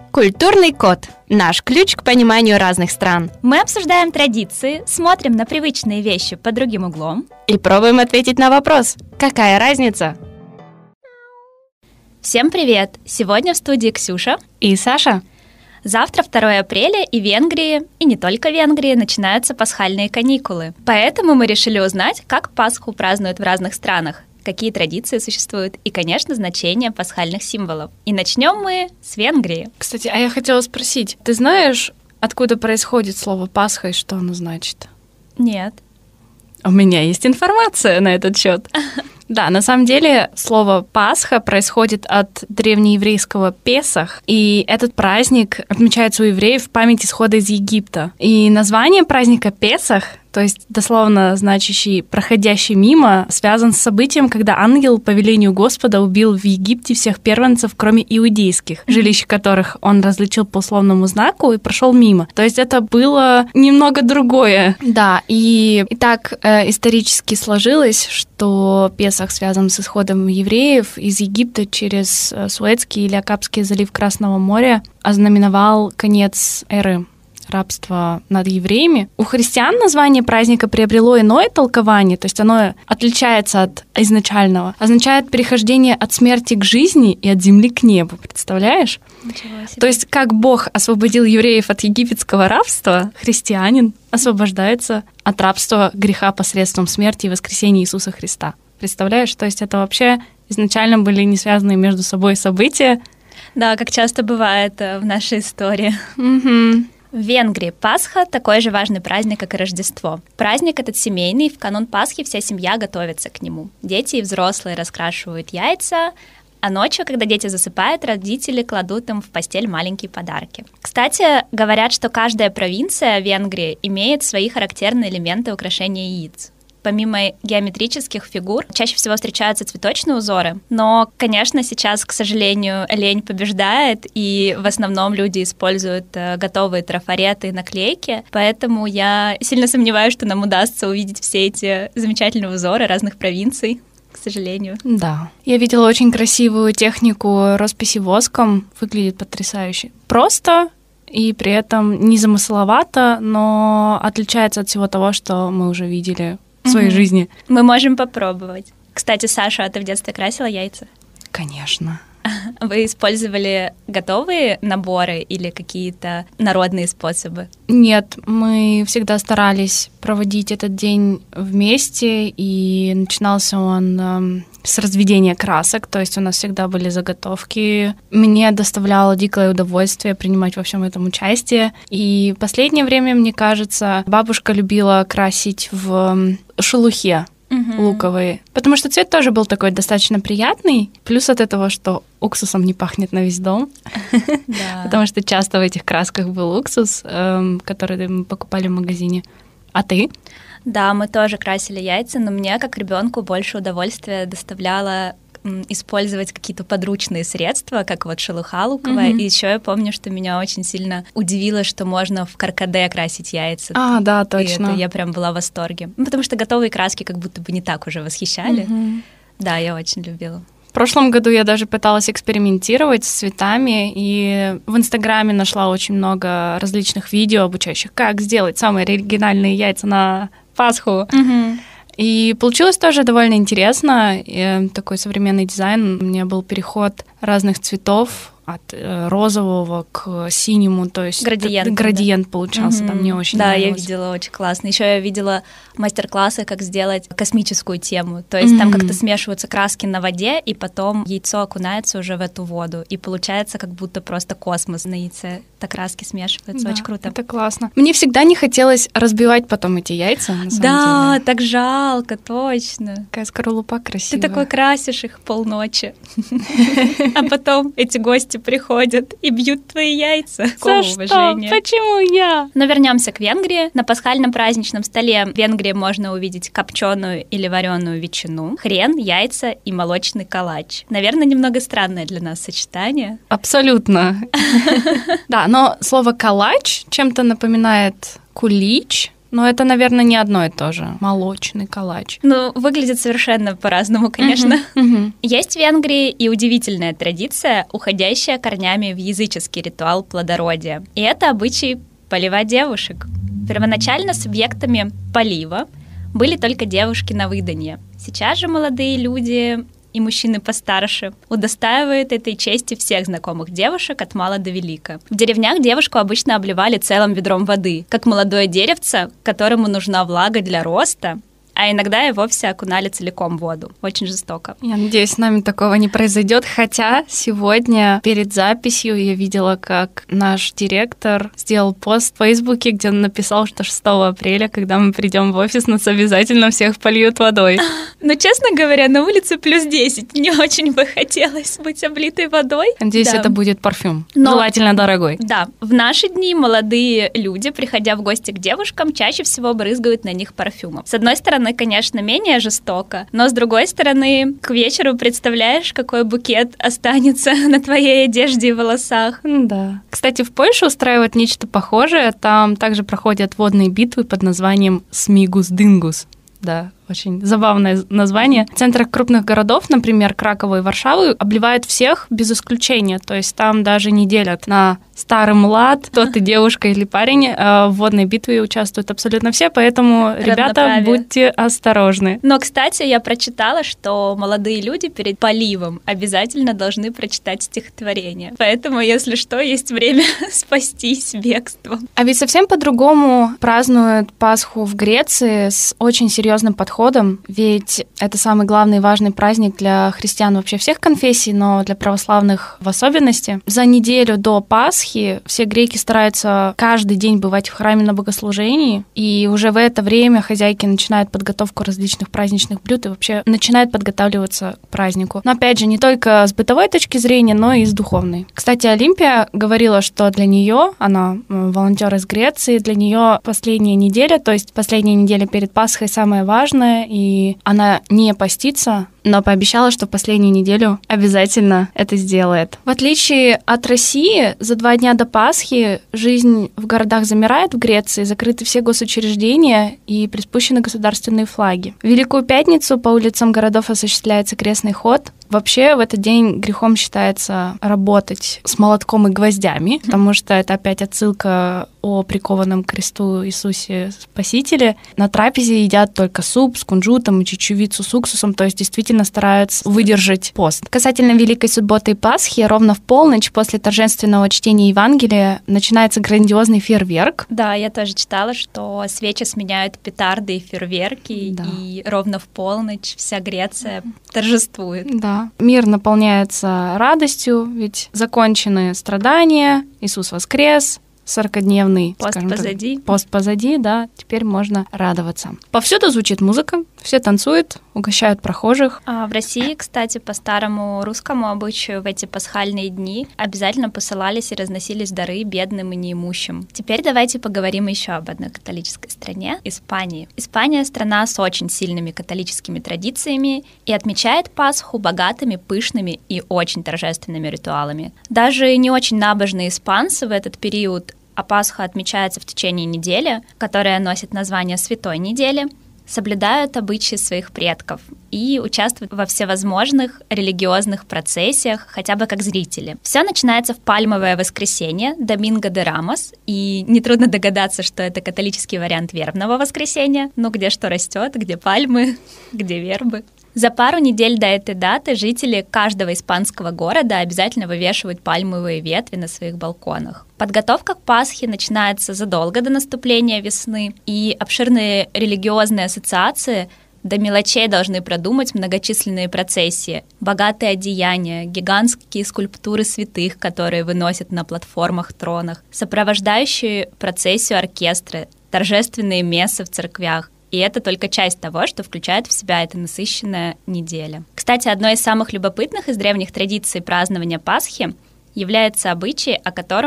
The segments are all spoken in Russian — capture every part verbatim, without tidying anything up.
Культурный код – наш ключ к пониманию разных стран. Мы обсуждаем традиции, смотрим на привычные вещи под другим углом и пробуем ответить на вопрос «Какая разница?». Всем привет! Сегодня в студии Ксюша и Саша. Завтра, второго апреля, и в Венгрии, и не только в Венгрии, начинаются пасхальные каникулы. Поэтому мы решили узнать, как Пасху празднуют в разных странах, какие традиции существуют и, конечно, значение пасхальных символов. И начнем мы с Венгрии. Кстати, а я хотела спросить, ты знаешь, откуда происходит слово «Пасха» и что оно значит? Нет. У меня есть информация на этот счет. Да, на самом деле слово «Пасха» происходит от древнееврейского «Песах», и этот праздник отмечается у евреев в память исхода из Египта. И название праздника «Песах», то есть дословно значащий «проходящий мимо», связан с событием, когда ангел по велению Господа убил в Египте всех первенцев, кроме иудейских, жилищ которых он различил по условному знаку и прошел мимо. То есть это было немного другое. Да, и, и так э, исторически сложилось, что Песах связан с исходом евреев из Египта через Суэцкий или Аккабский залив Красного моря, ознаменовал конец эры рабства над евреями. У христиан название праздника приобрело иное толкование, то есть оно отличается от изначального. Означает перехождение от смерти к жизни и от земли к небу. Представляешь? То есть как Бог освободил евреев от египетского рабства, христианин освобождается от рабства греха посредством смерти и воскресения Иисуса Христа. Представляешь? То есть это вообще изначально были не связанные между собой события. Да, как часто бывает в нашей истории. Угу. В Венгрии Пасха – такой же важный праздник, как и Рождество. Праздник этот семейный, в канун Пасхи вся семья готовится к нему. Дети и взрослые раскрашивают яйца, а ночью, когда дети засыпают, родители кладут им в постель маленькие подарки. Кстати, говорят, что каждая провинция Венгрии имеет свои характерные элементы украшения яиц. Помимо геометрических фигур, чаще всего встречаются цветочные узоры, но, конечно, сейчас, к сожалению, лень побеждает, и в основном люди используют готовые трафареты и наклейки, поэтому я сильно сомневаюсь, что нам удастся увидеть все эти замечательные узоры разных провинций, к сожалению. Да. Я видела очень красивую технику росписи воском, выглядит потрясающе. Просто и при этом незамысловато, но отличается от всего того, что мы уже видели в своей mm-hmm. жизни. Мы можем попробовать. Кстати, Саша, а ты в детстве красила яйца? Конечно. Вы использовали готовые наборы или какие-то народные способы? Нет, мы всегда старались проводить этот день вместе, и начинался он э, с разведения красок, то есть у нас всегда были заготовки. Мне доставляло дикое удовольствие принимать во всем этом участие, и в последнее время, мне кажется, бабушка любила красить в шелухе угу. луковые, потому что цвет тоже был такой достаточно приятный, плюс от этого, что уксусом не пахнет на весь дом, потому что часто в этих красках был уксус, который мы покупали в магазине. А ты? Да, мы тоже красили яйца, но мне, как ребенку, больше удовольствия доставляло использовать какие-то подручные средства, как вот шелуха луковая. Mm-hmm. И еще я помню, что меня очень сильно удивило, что можно в каркаде красить яйца. А, да, точно. И это я прям была в восторге. Ну, потому что готовые краски как будто бы не так уже восхищали. Mm-hmm. Да, я очень любила. В прошлом году я даже пыталась экспериментировать с цветами, и в Инстаграме нашла очень много различных видео, обучающих, как сделать самые оригинальные яйца на Пасху. Mm-hmm. И получилось тоже довольно интересно. И такой современный дизайн. У меня был переход разных цветов от розового к синему, то есть градиент, градиент да. получался, угу. там мне очень да, нравилось. Да, я видела, очень классно. Еще я видела мастер-классы, как сделать космическую тему, то есть mm-hmm. там как-то смешиваются краски на воде, и потом яйцо окунается уже в эту воду, и получается как будто просто космос на яйце. Так краски смешиваются, да, очень круто. Это классно. Мне всегда не хотелось разбивать потом эти яйца, на самом да, деле. так жалко, точно. Какая скорлупа красивая. Ты такой красишь их полночи, а потом эти гости приходят и бьют твои яйца. За что? Почему я? Но вернемся к Венгрии. На пасхальном праздничном столе в Венгрии можно увидеть копченую или вареную ветчину, хрен, яйца и молочный калач. Наверное, немного странное для нас сочетание. Абсолютно. Да, но слово «калач» чем-то напоминает кулич, Но это, наверное, не одно и то же. Молочный калач. Ну, выглядит совершенно по-разному, конечно. Uh-huh, uh-huh. Есть в Венгрии и удивительная традиция, уходящая корнями в языческий ритуал плодородия. И это обычай поливать девушек. Первоначально субъектами полива были только девушки на выданье. Сейчас же молодые люди и мужчины постарше удостаивают этой чести всех знакомых девушек от мала до велика. В деревнях девушку обычно обливали целым ведром воды, как молодое деревце, которому нужна влага для роста, а иногда и вовсе окунали целиком в воду. Очень жестоко. Я надеюсь, с нами такого не произойдет, хотя сегодня перед записью я видела, как наш директор сделал пост в Фейсбуке, где он написал, что шестого апреля, когда мы придем в офис, нас обязательно всех польют водой. Но, честно говоря, на улице плюс десять. Не очень бы хотелось быть облитой водой. Надеюсь, да. Это будет парфюм. Но, желательно дорогой. Да. В наши дни молодые люди, приходя в гости к девушкам, чаще всего брызгают на них парфюмом. С одной стороны, конечно, менее жестоко, но с другой стороны, к вечеру представляешь, какой букет останется на твоей одежде и волосах. Да. Кстати, в Польше устраивают нечто похожее. Там также проходят водные битвы под названием «Смигус-дынгус». Да, очень забавное название. В центрах крупных городов, например, Кракова и Варшавы, обливают всех без исключения. То есть там даже не делят на старый млад, кто ты, девушка или парень. В водной битве участвуют абсолютно все, поэтому, ребята, будьте осторожны. Но, кстати, я прочитала, что молодые люди перед поливом обязательно должны прочитать стихотворение. Поэтому, если что, есть время спастись бегством. А ведь совсем по-другому празднуют Пасху в Греции с очень серьезным подходом. Ведь это самый главный и важный праздник для христиан вообще всех конфессий, но для православных в особенности. За неделю до Пасхи все греки стараются каждый день бывать в храме на богослужении, и уже в это время хозяйки начинают подготовку различных праздничных блюд и вообще начинают подготавливаться к празднику. Но опять же, не только с бытовой точки зрения, но и с духовной. Кстати, Олимпия говорила, что для нее, она волонтер из Греции, для нее последняя неделя, то есть последняя неделя перед Пасхой самая важная, и она не постится, но пообещала, что последнюю неделю обязательно это сделает. В отличие от России, за два дня до Пасхи жизнь в городах замирает в Греции, закрыты все госучреждения и приспущены государственные флаги. В Великую Пятницу по улицам городов осуществляется крестный ход. Вообще в этот день грехом считается работать с молотком и гвоздями, потому что это опять отсылка о прикованном к кресту Иисусе Спасителе. На трапезе едят только суп с кунжутом и чечевицу с уксусом, то есть действительно стараются выдержать пост. Касательно Великой Субботы и Пасхи, ровно в полночь после торжественного чтения Евангелия начинается грандиозный фейерверк. Да, я тоже читала, что свечи сменяют петарды и фейерверки, да. И ровно в полночь вся Греция торжествует. Да. Мир наполняется радостью, ведь закончены страдания, Иисус воскрес, сорокадневный пост позади. Так, пост позади, да, теперь можно радоваться. Повсюду звучит музыка, все танцуют, угощают прохожих. А в России, кстати, по старому русскому обычаю в эти пасхальные дни обязательно посылались и разносились дары бедным и неимущим. Теперь давайте поговорим еще об одной католической стране — Испании. Испания — страна с очень сильными католическими традициями и отмечает Пасху богатыми, пышными и очень торжественными ритуалами. Даже не очень набожные испанцы в этот период, а Пасха отмечается в течение недели, которая носит название Святой недели, соблюдают обычаи своих предков и участвуют во всевозможных религиозных процессиях, хотя бы как зрители. Все начинается в пальмовое воскресенье, Доминго де Рамос, и нетрудно догадаться, что это католический вариант вербного воскресенья, ну где что растет, где пальмы, где вербы. За пару недель до этой даты жители каждого испанского города обязательно вывешивают пальмовые ветви на своих балконах. Подготовка к Пасхе начинается задолго до наступления весны, и обширные религиозные ассоциации до мелочей должны продумать многочисленные процессии, богатые одеяния, гигантские скульптуры святых, которые выносят на платформах-тронах, сопровождающие процессию оркестры, торжественные мессы в церквях. И это только часть того, что включает в себя эта насыщенная неделя. Кстати, одной из самых любопытных из древних традиций празднования Пасхи является обычай, о котором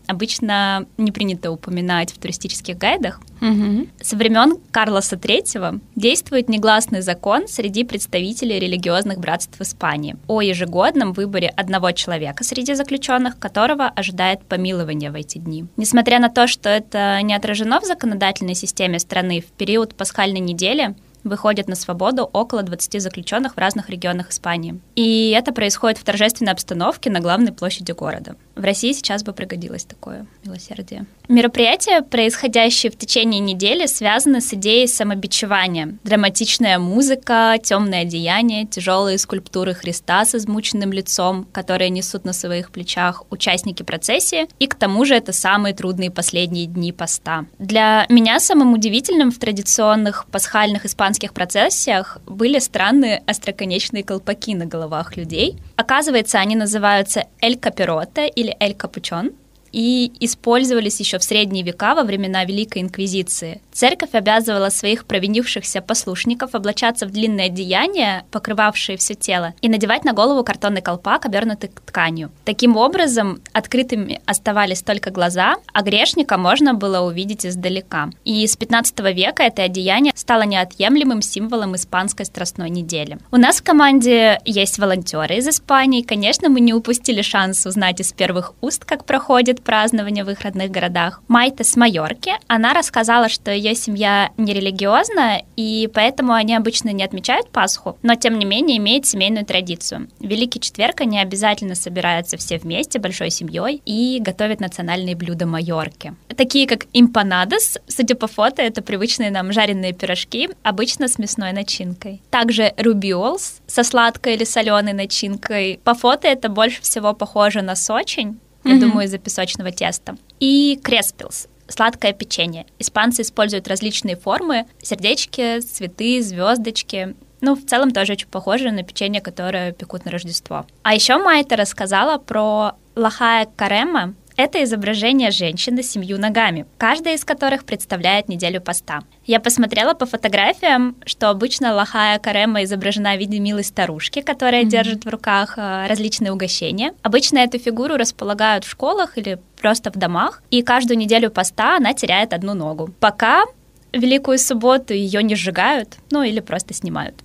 обычно не принято упоминать в туристических гайдах. Угу. Со времен Карлоса третьего действует негласный закон среди представителей религиозных братств Испании о ежегодном выборе одного человека среди заключенных, которого ожидает помилование в эти дни. Несмотря на то, что это не отражено в законодательной системе страны, в период пасхальной недели выходят на свободу около двадцати заключенных в разных регионах Испании. И это происходит в торжественной обстановке на главной площади города. В России сейчас бы пригодилось такое милосердие. Мероприятия, происходящие в течение недели, связаны с идеей самобичевания. Драматичная музыка, темное одеяние, тяжелые скульптуры Христа с измученным лицом, которые несут на своих плечах участники процессии, и к тому же это самые трудные последние дни поста. Для меня самым удивительным в традиционных пасхальных испанских процессиях были странные остроконечные колпаки на головах людей. Оказывается, они называются «эль капироте» или «эль капучон», и использовались еще в средние века во времена Великой Инквизиции. Церковь обязывала своих провинившихся послушников облачаться в длинное одеяние, покрывавшее все тело, и надевать на голову картонный колпак, обернутый тканью. Таким образом, открытыми оставались только глаза, а грешника можно было увидеть издалека. И с пятнадцатого века это одеяние стало неотъемлемым символом испанской Страстной недели. У нас в команде есть волонтеры из Испании. Конечно, мы не упустили шанс узнать из первых уст, как проходит празднование в их родных городах. Майта с Майорки, она рассказала, что ее семья нерелигиозна, и поэтому они обычно не отмечают Пасху, но тем не менее имеют семейную традицию. В Великий Четверг они обязательно собираются все вместе, большой семьей, и готовят национальные блюда Майорки. Такие как эмпанадос, судя по фото, это привычные нам жареные пирожки, обычно с мясной начинкой. Также рубиолс со сладкой или соленой начинкой. По фото это больше всего похоже на сочень, я mm-hmm. думаю, из-за песочного теста. И креспилс — сладкое печенье. Испанцы используют различные формы: сердечки, цветы, звездочки. Ну, в целом тоже очень похоже на печенье, которое пекут на Рождество. А еще Майта рассказала про лахая карема. Это изображение женщины с семью ногами, каждая из которых представляет неделю поста. Я посмотрела по фотографиям, что обычно лахая карема изображена в виде милой старушки, которая mm-hmm. держит в руках различные угощения. Обычно эту фигуру располагают в школах или просто в домах, и каждую неделю поста она теряет одну ногу. Пока в Великую Субботу ее не сжигают, ну или просто снимают.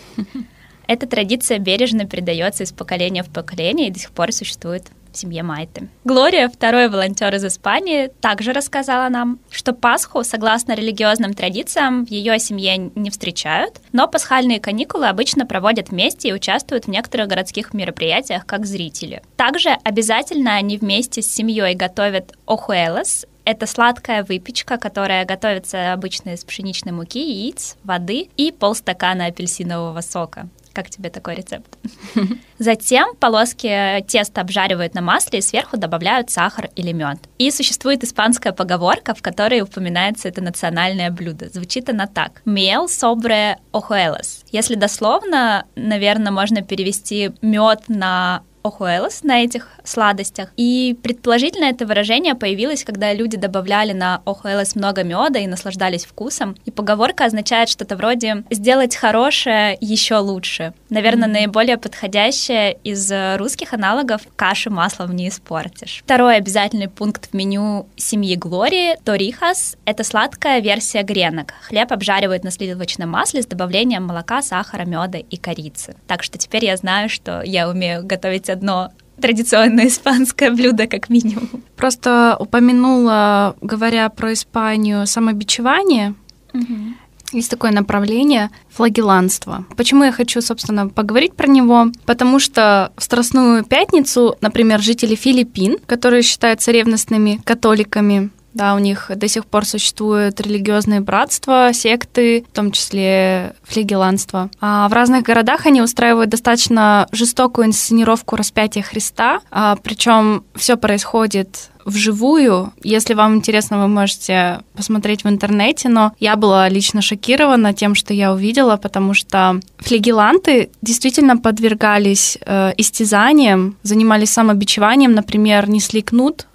Эта традиция бережно передается из поколения в поколение и до сих пор существует в семье Майты. Глория, второй волонтер из Испании, также рассказала нам, что Пасху, согласно религиозным традициям, в ее семье не встречают, но пасхальные каникулы обычно проводят вместе и участвуют в некоторых городских мероприятиях как зрители. Также обязательно они вместе с семьей готовят охуэлос. Это сладкая выпечка, которая готовится обычно из пшеничной муки, яиц, воды и полстакана апельсинового сока. Как тебе такой рецепт? Затем полоски теста обжаривают на масле и сверху добавляют сахар или мед. И существует испанская поговорка, в которой упоминается это национальное блюдо. Звучит она так: «Miel sobre hojuelos». Если дословно, наверное, можно перевести «мед на охуэлос», на этих сладостях. И предположительно это выражение появилось, когда люди добавляли на охуэлос много меда и наслаждались вкусом. И поговорка означает что-то вроде «сделать хорошее еще лучше». Наверное, mm-hmm. наиболее подходящее из русских аналогов «каши маслом не испортишь». Второй обязательный пункт в меню семьи Глории — торихас. Это сладкая версия гренок. Хлеб обжаривают на сливочном масле с добавлением молока, сахара, меда и корицы. Так что теперь я знаю, что я умею готовить одно традиционное испанское блюдо, как минимум. Просто упомянула, говоря про Испанию, самобичевание. Угу. Есть такое направление — флагелланство. Почему я хочу, собственно, поговорить про него? Потому что в Страстную Пятницу, например, жители Филиппин, которые считаются ревностными католиками, да, у них до сих пор существуют религиозные братства, секты, в том числе флагелланство. А в разных городах они устраивают достаточно жестокую инсценировку распятия Христа, а, причем все происходит вживую. Если вам интересно, вы можете посмотреть в интернете, но я была лично шокирована тем, что я увидела, потому что флагелланты действительно подвергались э, истязаниям, занимались самобичеванием, например, несли кнут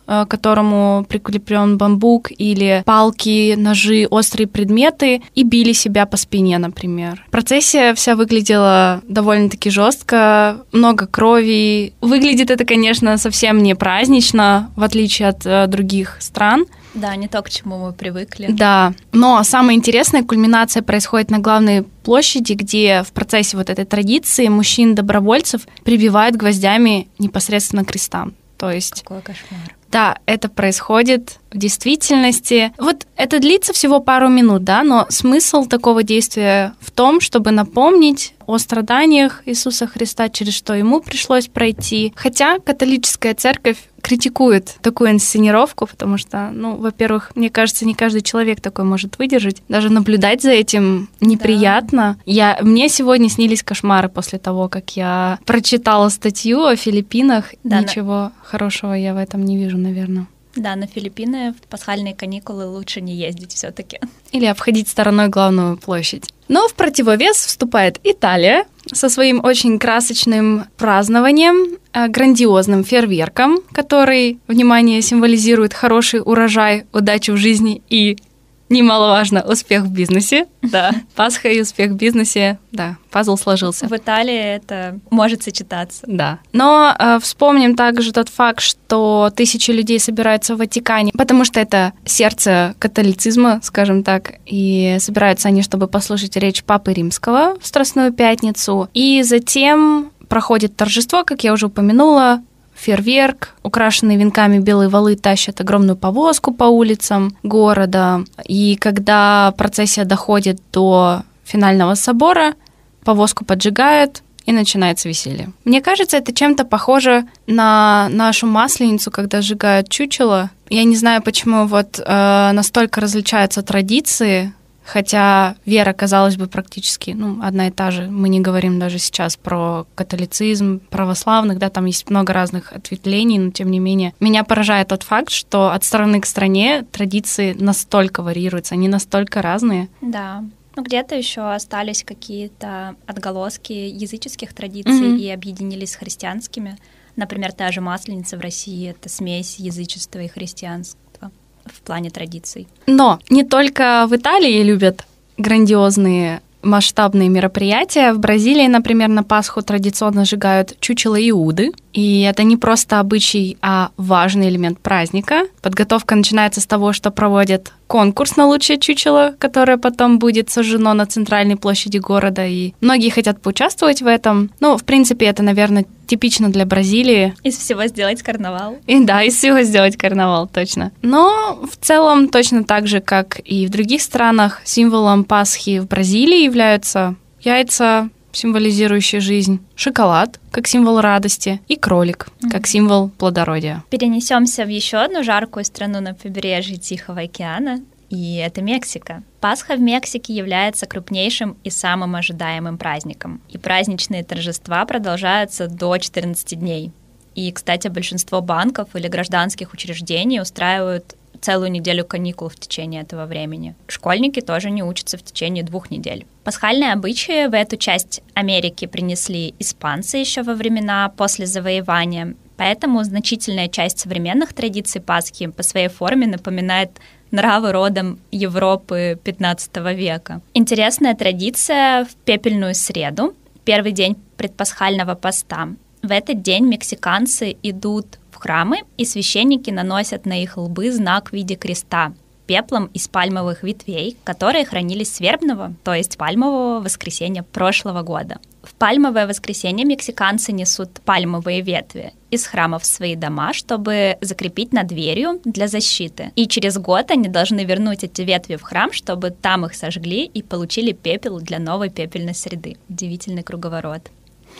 к которому прикреплен бамбук, или палки, ножи, острые предметы, и били себя по спине, например. Процессия вся выглядела довольно-таки жестко, много крови. Выглядит это, конечно, совсем не празднично, в отличие от э, других стран. Да, не то, к чему мы привыкли. Да, но самая интересная кульминация происходит на главной площади, где в процессе вот этой традиции мужчин-добровольцев прибивают гвоздями непосредственно к крестам. То есть... Какой кошмар. Да, это происходит в действительности. Вот это длится всего пару минут, да, но смысл такого действия в том, чтобы напомнить о страданиях Иисуса Христа, через что ему пришлось пройти. Хотя католическая церковь критикует такую инсценировку, потому что, ну, во-первых, мне кажется, не каждый человек такой может выдержать. Даже наблюдать за этим неприятно. Да. Я, мне сегодня снились кошмары после того, как я прочитала статью о Филиппинах. Да, Ничего на... хорошего я в этом не вижу, наверное. Да, на Филиппины в пасхальные каникулы лучше не ездить все-таки. Или обходить стороной главную площадь. Но в противовес вступает Италия со своим очень красочным празднованием, грандиозным фейерверком, который, внимание, символизирует хороший урожай, удачу в жизни и, немаловажно, успех в бизнесе. Да, Пасха и успех в бизнесе, да, пазл сложился. В Италии это может сочетаться. Да. Но э, вспомним также тот факт, что тысячи людей собираются в Ватикане, потому что это сердце католицизма, скажем так, и собираются они, чтобы послушать речь Папы Римского в Страстную Пятницу. И затем проходит торжество, как я уже упомянула, фейерверк, украшенные венками белые валы тащат огромную повозку по улицам города. И когда процессия доходит до финального собора, повозку поджигают, и начинается веселье. Мне кажется, это чем-то похоже на нашу Масленицу, когда сжигают чучело. Я не знаю, почему вот э, настолько различаются традиции, хотя вера, казалось бы, практически ну, одна и та же. Мы не говорим даже сейчас про католицизм, православных, да, там есть много разных ответвлений, но тем не менее. Меня поражает тот факт, что от страны к стране традиции настолько варьируются, они настолько разные. Да. Ну, где-то еще остались какие-то отголоски языческих традиций mm-hmm. и объединились с христианскими. Например, та же Масленица в России — это смесь язычества и христианства в плане традиций. Но не только в Италии любят грандиозные масштабные мероприятия. В Бразилии, например, на Пасху традиционно сжигают чучело Иуды. И это не просто обычай, а важный элемент праздника. Подготовка начинается с того, что проводят конкурс на лучшее чучело, которое потом будет сожжено на центральной площади города. И многие хотят поучаствовать в этом. Ну, в принципе, это, наверное, типично для Бразилии. Из всего сделать карнавал. И да, из всего сделать карнавал, точно. Но в целом, точно так же, как и в других странах, символом Пасхи в Бразилии являются яйца, символизирующие жизнь, шоколад, как символ радости, и кролик, mm-hmm. как символ плодородия. Перенесемся в еще одну жаркую страну на побережье Тихого океана, и это Мексика. Пасха в Мексике является крупнейшим и самым ожидаемым праздником, и праздничные торжества продолжаются до четырнадцати дней. И, кстати, большинство банков или гражданских учреждений устраивают целую неделю каникул в течение этого времени. Школьники тоже не учатся в течение двух недель. Пасхальные обычаи в эту часть Америки принесли испанцы еще во времена после завоевания, поэтому значительная часть современных традиций Пасхи по своей форме напоминает нравы родом Европы пятнадцатого века. Интересная традиция в пепельную среду, первый день предпасхального поста. В этот день мексиканцы идут в храмы, и священники наносят на их лбы знак в виде креста пеплом из пальмовых ветвей, которые хранились с вербного, то есть пальмового воскресенья прошлого года. В пальмовое воскресенье мексиканцы несут пальмовые ветви из храмов в свои дома, чтобы закрепить над дверью для защиты. И через год они должны вернуть эти ветви в храм, чтобы там их сожгли и получили пепел для новой пепельной среды. Удивительный круговорот.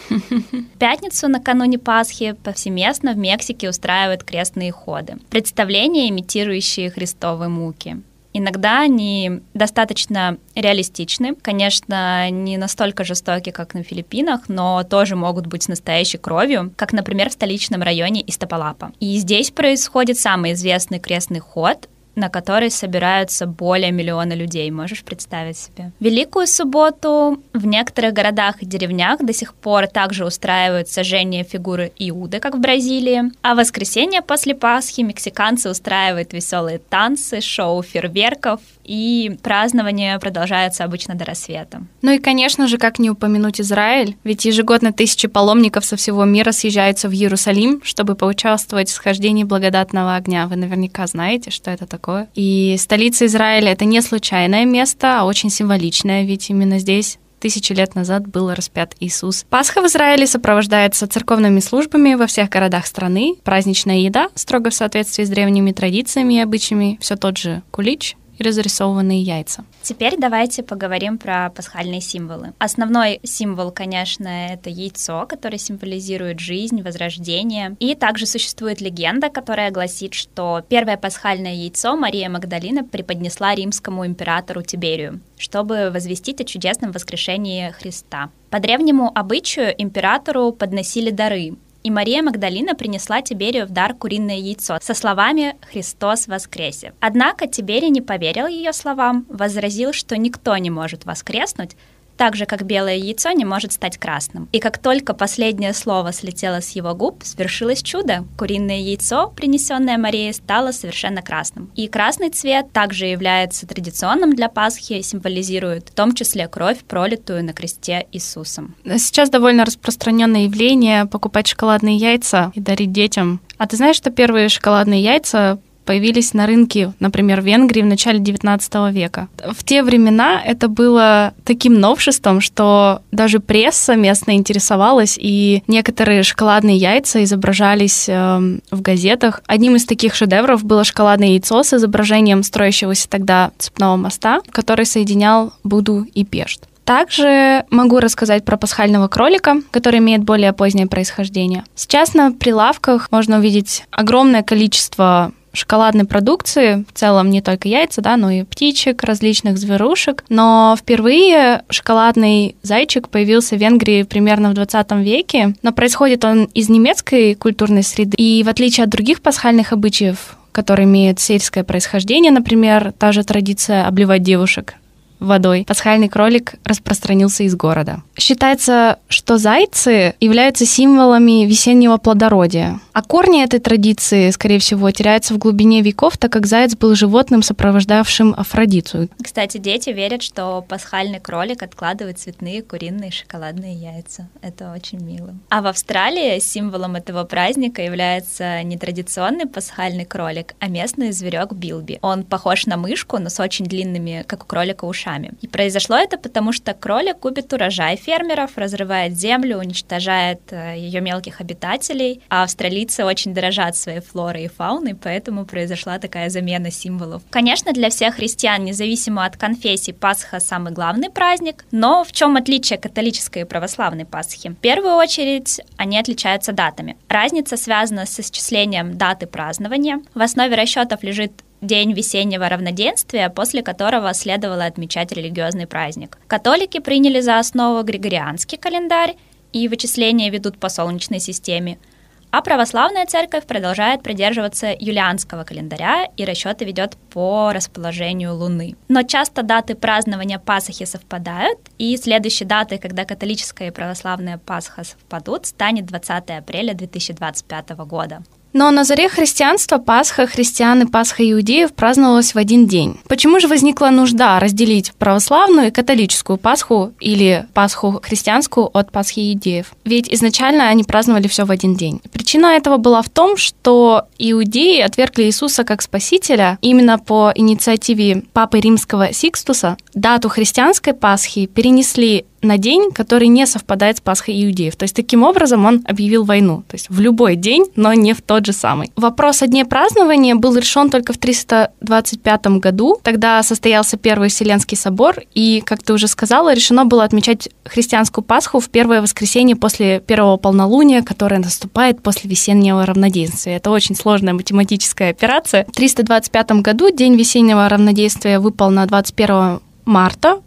В пятницу накануне Пасхи повсеместно в Мексике устраивают крестные ходы. Представления, имитирующие христовые муки. Иногда они достаточно реалистичны, конечно, не настолько жестокие, как на Филиппинах, но тоже могут быть с настоящей кровью, как, например, в столичном районе Истапалапа. И здесь происходит самый известный крестный ход. на который собираются более миллиона людей, можешь представить себе. Великую субботу в некоторых городах и деревнях до сих пор также устраивают сожжение фигуры Иуды, как в Бразилии, а в воскресенье после Пасхи мексиканцы устраивают веселые танцы, шоу фейерверков, и празднование продолжается обычно до рассвета. Ну и, конечно же, как не упомянуть Израиль, ведь ежегодно тысячи паломников со всего мира съезжаются в Иерусалим, чтобы поучаствовать в схождении благодатного огня. Вы наверняка знаете, что это такое. И столица Израиля — это не случайное место, а очень символичное, ведь именно здесь тысячи лет назад был распят Иисус. Пасха в Израиле сопровождается церковными службами во всех городах страны, праздничная еда, строго в соответствии с древними традициями и обычаями, все тот же кулич и разрисованные яйца. Теперь давайте поговорим про пасхальные символы. Основной символ, конечно, это яйцо, которое символизирует жизнь, возрождение. И также существует легенда, которая гласит, что первое пасхальное яйцо Мария Магдалина преподнесла римскому императору Тиберию, чтобы возвестить о чудесном воскрешении Христа. По древнему обычаю императору подносили дары, и Мария Магдалина принесла Тиберию в дар куриное яйцо со словами «Христос воскресе». Однако Тиберий не поверил ее словам, возразил, что никто не может воскреснуть, так же, как белое яйцо не может стать красным. И как только последнее слово слетело с его губ, свершилось чудо. Куриное яйцо, принесенное Марией, стало совершенно красным. И красный цвет также является традиционным для Пасхи, символизирует в том числе кровь, пролитую на кресте Иисусом. Сейчас довольно распространенное явление покупать шоколадные яйца и дарить детям. А ты знаешь, что первые шоколадные яйца появились на рынке, например, в Венгрии в начале девятнадцатого века. В те времена это было таким новшеством, что даже пресса местная интересовалась, и некоторые шоколадные яйца изображались э, в газетах. Одним из таких шедевров было шоколадное яйцо с изображением строящегося тогда цепного моста, который соединял Буду и Пешт. Также могу рассказать про пасхального кролика, который имеет более позднее происхождение. Сейчас на прилавках можно увидеть огромное количество шоколадной продукции, в целом не только яйца, да, но и птичек, различных зверушек. Но впервые шоколадный зайчик появился в Венгрии примерно в двадцатом веке, но происходит он из немецкой культурной среды. И в отличие от других пасхальных обычаев, которые имеют сельское происхождение, например, та же традиция обливать девушек водой, пасхальный кролик распространился из города. Считается, что зайцы являются символами весеннего плодородия. А корни этой традиции, скорее всего, теряются в глубине веков, так как заяц был животным, сопровождавшим Афродиту. Кстати, дети верят, что пасхальный кролик откладывает цветные куриные шоколадные яйца. Это очень мило. А в Австралии символом этого праздника является не традиционный пасхальный кролик, а местный зверек билби. Он похож на мышку, но с очень длинными, как у кролика, ушами. И произошло это потому, что кролик губит урожай фермеров, разрывает землю, уничтожает ее мелких обитателей, а австралийцы очень дорожат своей флорой и фауной, поэтому произошла такая замена символов. Конечно, для всех христиан, независимо от конфессий, Пасха — самый главный праздник, но в чем отличие католической и православной Пасхи? В первую очередь, они отличаются датами. Разница связана с исчислением даты празднования. В основе расчетов лежит день весеннего равноденствия, после которого следовало отмечать религиозный праздник. Католики приняли за основу григорианский календарь, и вычисления ведут по солнечной системе, а православная церковь продолжает придерживаться юлианского календаря и расчеты ведет по расположению Луны. Но часто даты празднования Пасхи совпадают, и следующей датой, когда католическая и православная Пасха совпадут, станет двадцатого апреля две тысячи двадцать пятого года. Но на заре христианства Пасха христиан и Пасха иудеев праздновалась в один день. Почему же возникла нужда разделить православную и католическую Пасху или Пасху христианскую от Пасхи иудеев? Ведь изначально они праздновали все в один день. Причина этого была в том, что иудеи отвергли Иисуса как Спасителя. Именно по инициативе Папы Римского Сикстуса дату христианской Пасхи перенесли на день, который не совпадает с Пасхой иудеев. То есть таким образом он объявил войну. То есть в любой день, но не в тот же самый. Вопрос о дне празднования был решен только в триста двадцать пятом году. Тогда состоялся Первый Вселенский собор, и, как ты уже сказала, решено было отмечать христианскую Пасху в первое воскресенье после первого полнолуния, которое наступает после весеннего равноденствия. Это очень сложная математическая операция. В триста двадцать пятом году день весеннего равноденствия выпал на двадцать первого марта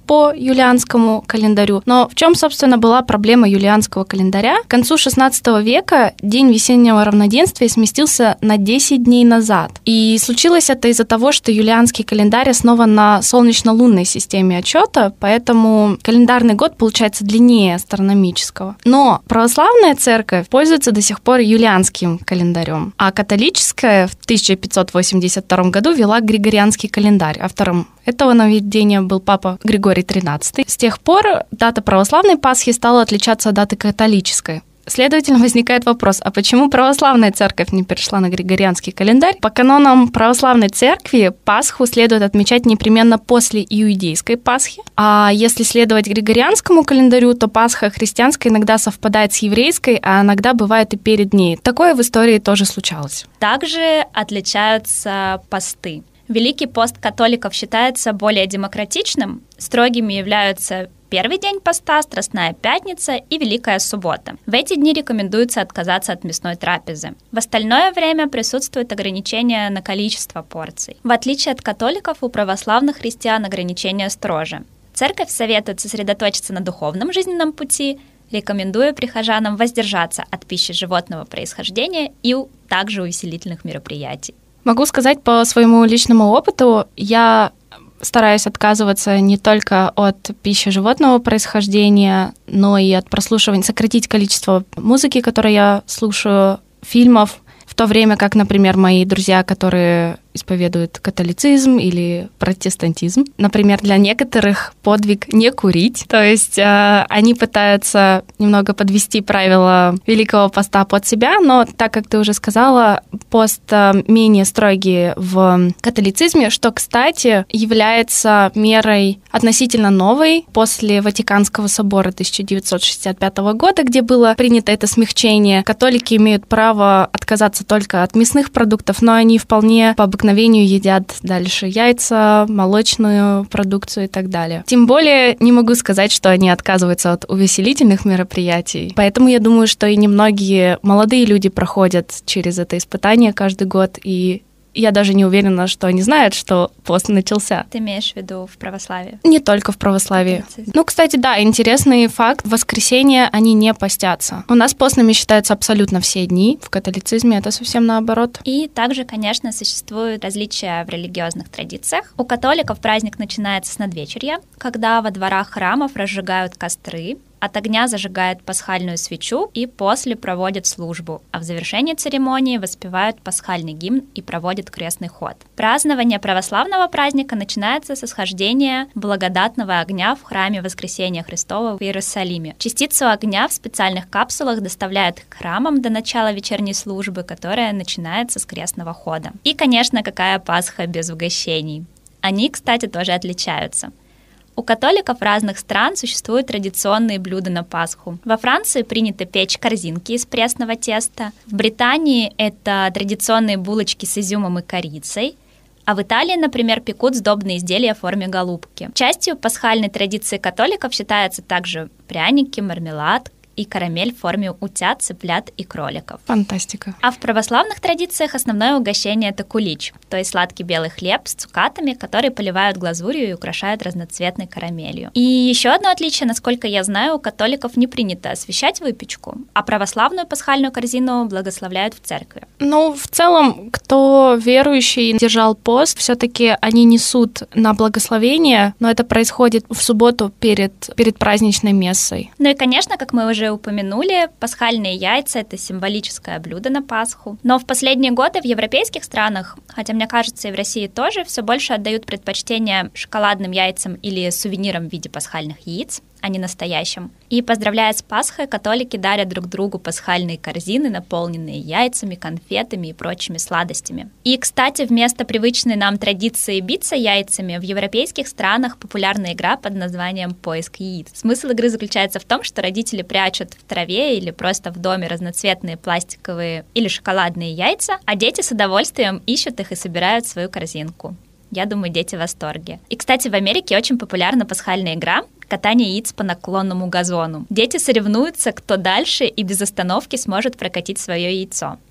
по юлианскому календарю. Но в чем, собственно, была проблема юлианского календаря? К концу шестнадцатого века день весеннего равноденствия сместился на десять дней назад. И случилось это из-за того, что юлианский календарь основан на солнечно-лунной системе отчета, поэтому календарный год получается длиннее астрономического. Но православная церковь пользуется до сих пор юлианским календарем, а католическая в тысяча пятьсот восемьдесят втором году вела григорианский календарь. Автором этого нововведения был папа Григорий тринадцатый. С тех пор дата православной Пасхи стала отличаться от даты католической. Следовательно, возникает вопрос, а почему православная церковь не перешла на григорианский календарь? По канонам православной церкви Пасху следует отмечать непременно после иудейской Пасхи, а если следовать григорианскому календарю, то Пасха христианская иногда совпадает с еврейской, а иногда бывает и перед ней. Такое в истории тоже случалось. Также отличаются посты. Великий пост католиков считается более демократичным, строгими являются первый день поста, Страстная пятница и Великая суббота. В эти дни рекомендуется отказаться от мясной трапезы. В остальное время присутствует ограничение на количество порций. В отличие от католиков, у православных христиан ограничения строже. Церковь советует сосредоточиться на духовном жизненном пути, рекомендуя прихожанам воздержаться от пищи животного происхождения и также увеселительных мероприятий. Могу сказать по своему личному опыту, я стараюсь отказываться не только от пищи животного происхождения, но и от прослушивания, сократить количество музыки, которую я слушаю, фильмов, в то время как, например, мои друзья, которые исповедуют католицизм или протестантизм. Например, для некоторых подвиг не курить. То есть э, они пытаются немного подвести правила Великого поста под себя, но так как ты уже сказала, пост э, менее строгий в католицизме, что, кстати, является мерой относительно новой после Ватиканского собора тысяча девятьсот шестьдесят пятого года, где было принято это смягчение. Католики имеют право отказаться только от мясных продуктов, но они вполне по обыкновению едят дальше яйца, молочную продукцию и так далее. Тем более не могу сказать, что они отказываются от увеселительных мероприятий. Поэтому я думаю, что и немногие молодые люди проходят через это испытание каждый год, и я даже не уверена, что они знают, что пост начался. Ты имеешь в виду в православии? Не только в православии. Ну, кстати, да, интересный факт. В воскресенье они не постятся. У нас постными считаются абсолютно все дни. В католицизме это совсем наоборот. И также, конечно, существуют различия в религиозных традициях. У католиков праздник начинается с надвечерья, когда во дворах храмов разжигают костры, от огня зажигают пасхальную свечу и после проводят службу, а в завершении церемонии воспевают пасхальный гимн и проводят крестный ход. Празднование православного праздника начинается со схождения благодатного огня в храме Воскресения Христова в Иерусалиме. Частицу огня в специальных капсулах доставляют к храмам до начала вечерней службы, которая начинается с крестного хода. И, конечно, какая Пасха без угощений? Они, кстати, тоже отличаются. У католиков разных стран существуют традиционные блюда на Пасху. Во Франции принято печь корзинки из пресного теста. В Британии это традиционные булочки с изюмом и корицей. А в Италии, например, пекут сдобные изделия в форме голубки. Частью пасхальной традиции католиков считаются также пряники, мармелад и карамель в форме утят, цыплят и кроликов. Фантастика. А в православных традициях основное угощение — это кулич, то есть сладкий белый хлеб с цукатами, которые поливают глазурью и украшают разноцветной карамелью. И еще одно отличие, насколько я знаю, у католиков не принято освящать выпечку, а православную пасхальную корзину благословляют в церкви. Ну, в целом, кто верующий держал пост, все-таки они несут на благословение, но это происходит в субботу перед, перед праздничной мессой. Ну и, конечно, как мы уже упомянули, пасхальные яйца — это символическое блюдо на Пасху. Но в последние годы в европейских странах, хотя мне кажется и в России тоже, все больше отдают предпочтение шоколадным яйцам или сувенирам в виде пасхальных яиц, а не настоящим. И, поздравляя с Пасхой, католики дарят друг другу пасхальные корзины, наполненные яйцами, конфетами и прочими сладостями. И, кстати, вместо привычной нам традиции биться яйцами, в европейских странах популярна игра под названием «Поиск яиц». Смысл игры заключается в том, что родители прячут в траве или просто в доме разноцветные пластиковые или шоколадные яйца, а дети с удовольствием ищут их и собирают в свою корзинку. Я думаю, дети в восторге. И, кстати, в Америке очень популярна пасхальная игра катание яиц по наклонному газону. Дети соревнуются, кто дальше и без остановки сможет прокатить свое яйцо.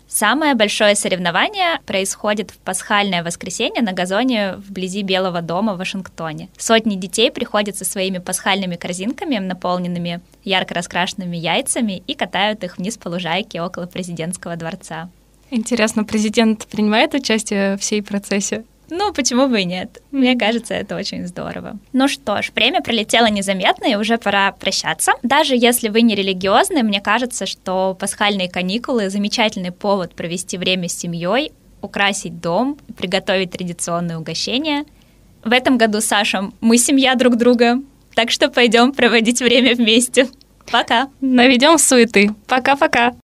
Самое большое соревнование происходит в пасхальное воскресенье на газоне вблизи Белого дома в Вашингтоне. Сотни детей приходят со своими пасхальными корзинками, наполненными ярко раскрашенными яйцами, и катают их вниз по лужайке около президентского дворца. Интересно, президент принимает участие в всей процессе? Ну, почему бы и нет? Мне кажется, это очень здорово. Ну что ж, время пролетело незаметно, и уже пора прощаться. Даже если вы не религиозны, мне кажется, что пасхальные каникулы — замечательный повод провести время с семьей, украсить дом, приготовить традиционные угощения. В этом году, Саша, мы семья друг друга, так что пойдем проводить время вместе. Пока! Наведем суеты. Пока-пока!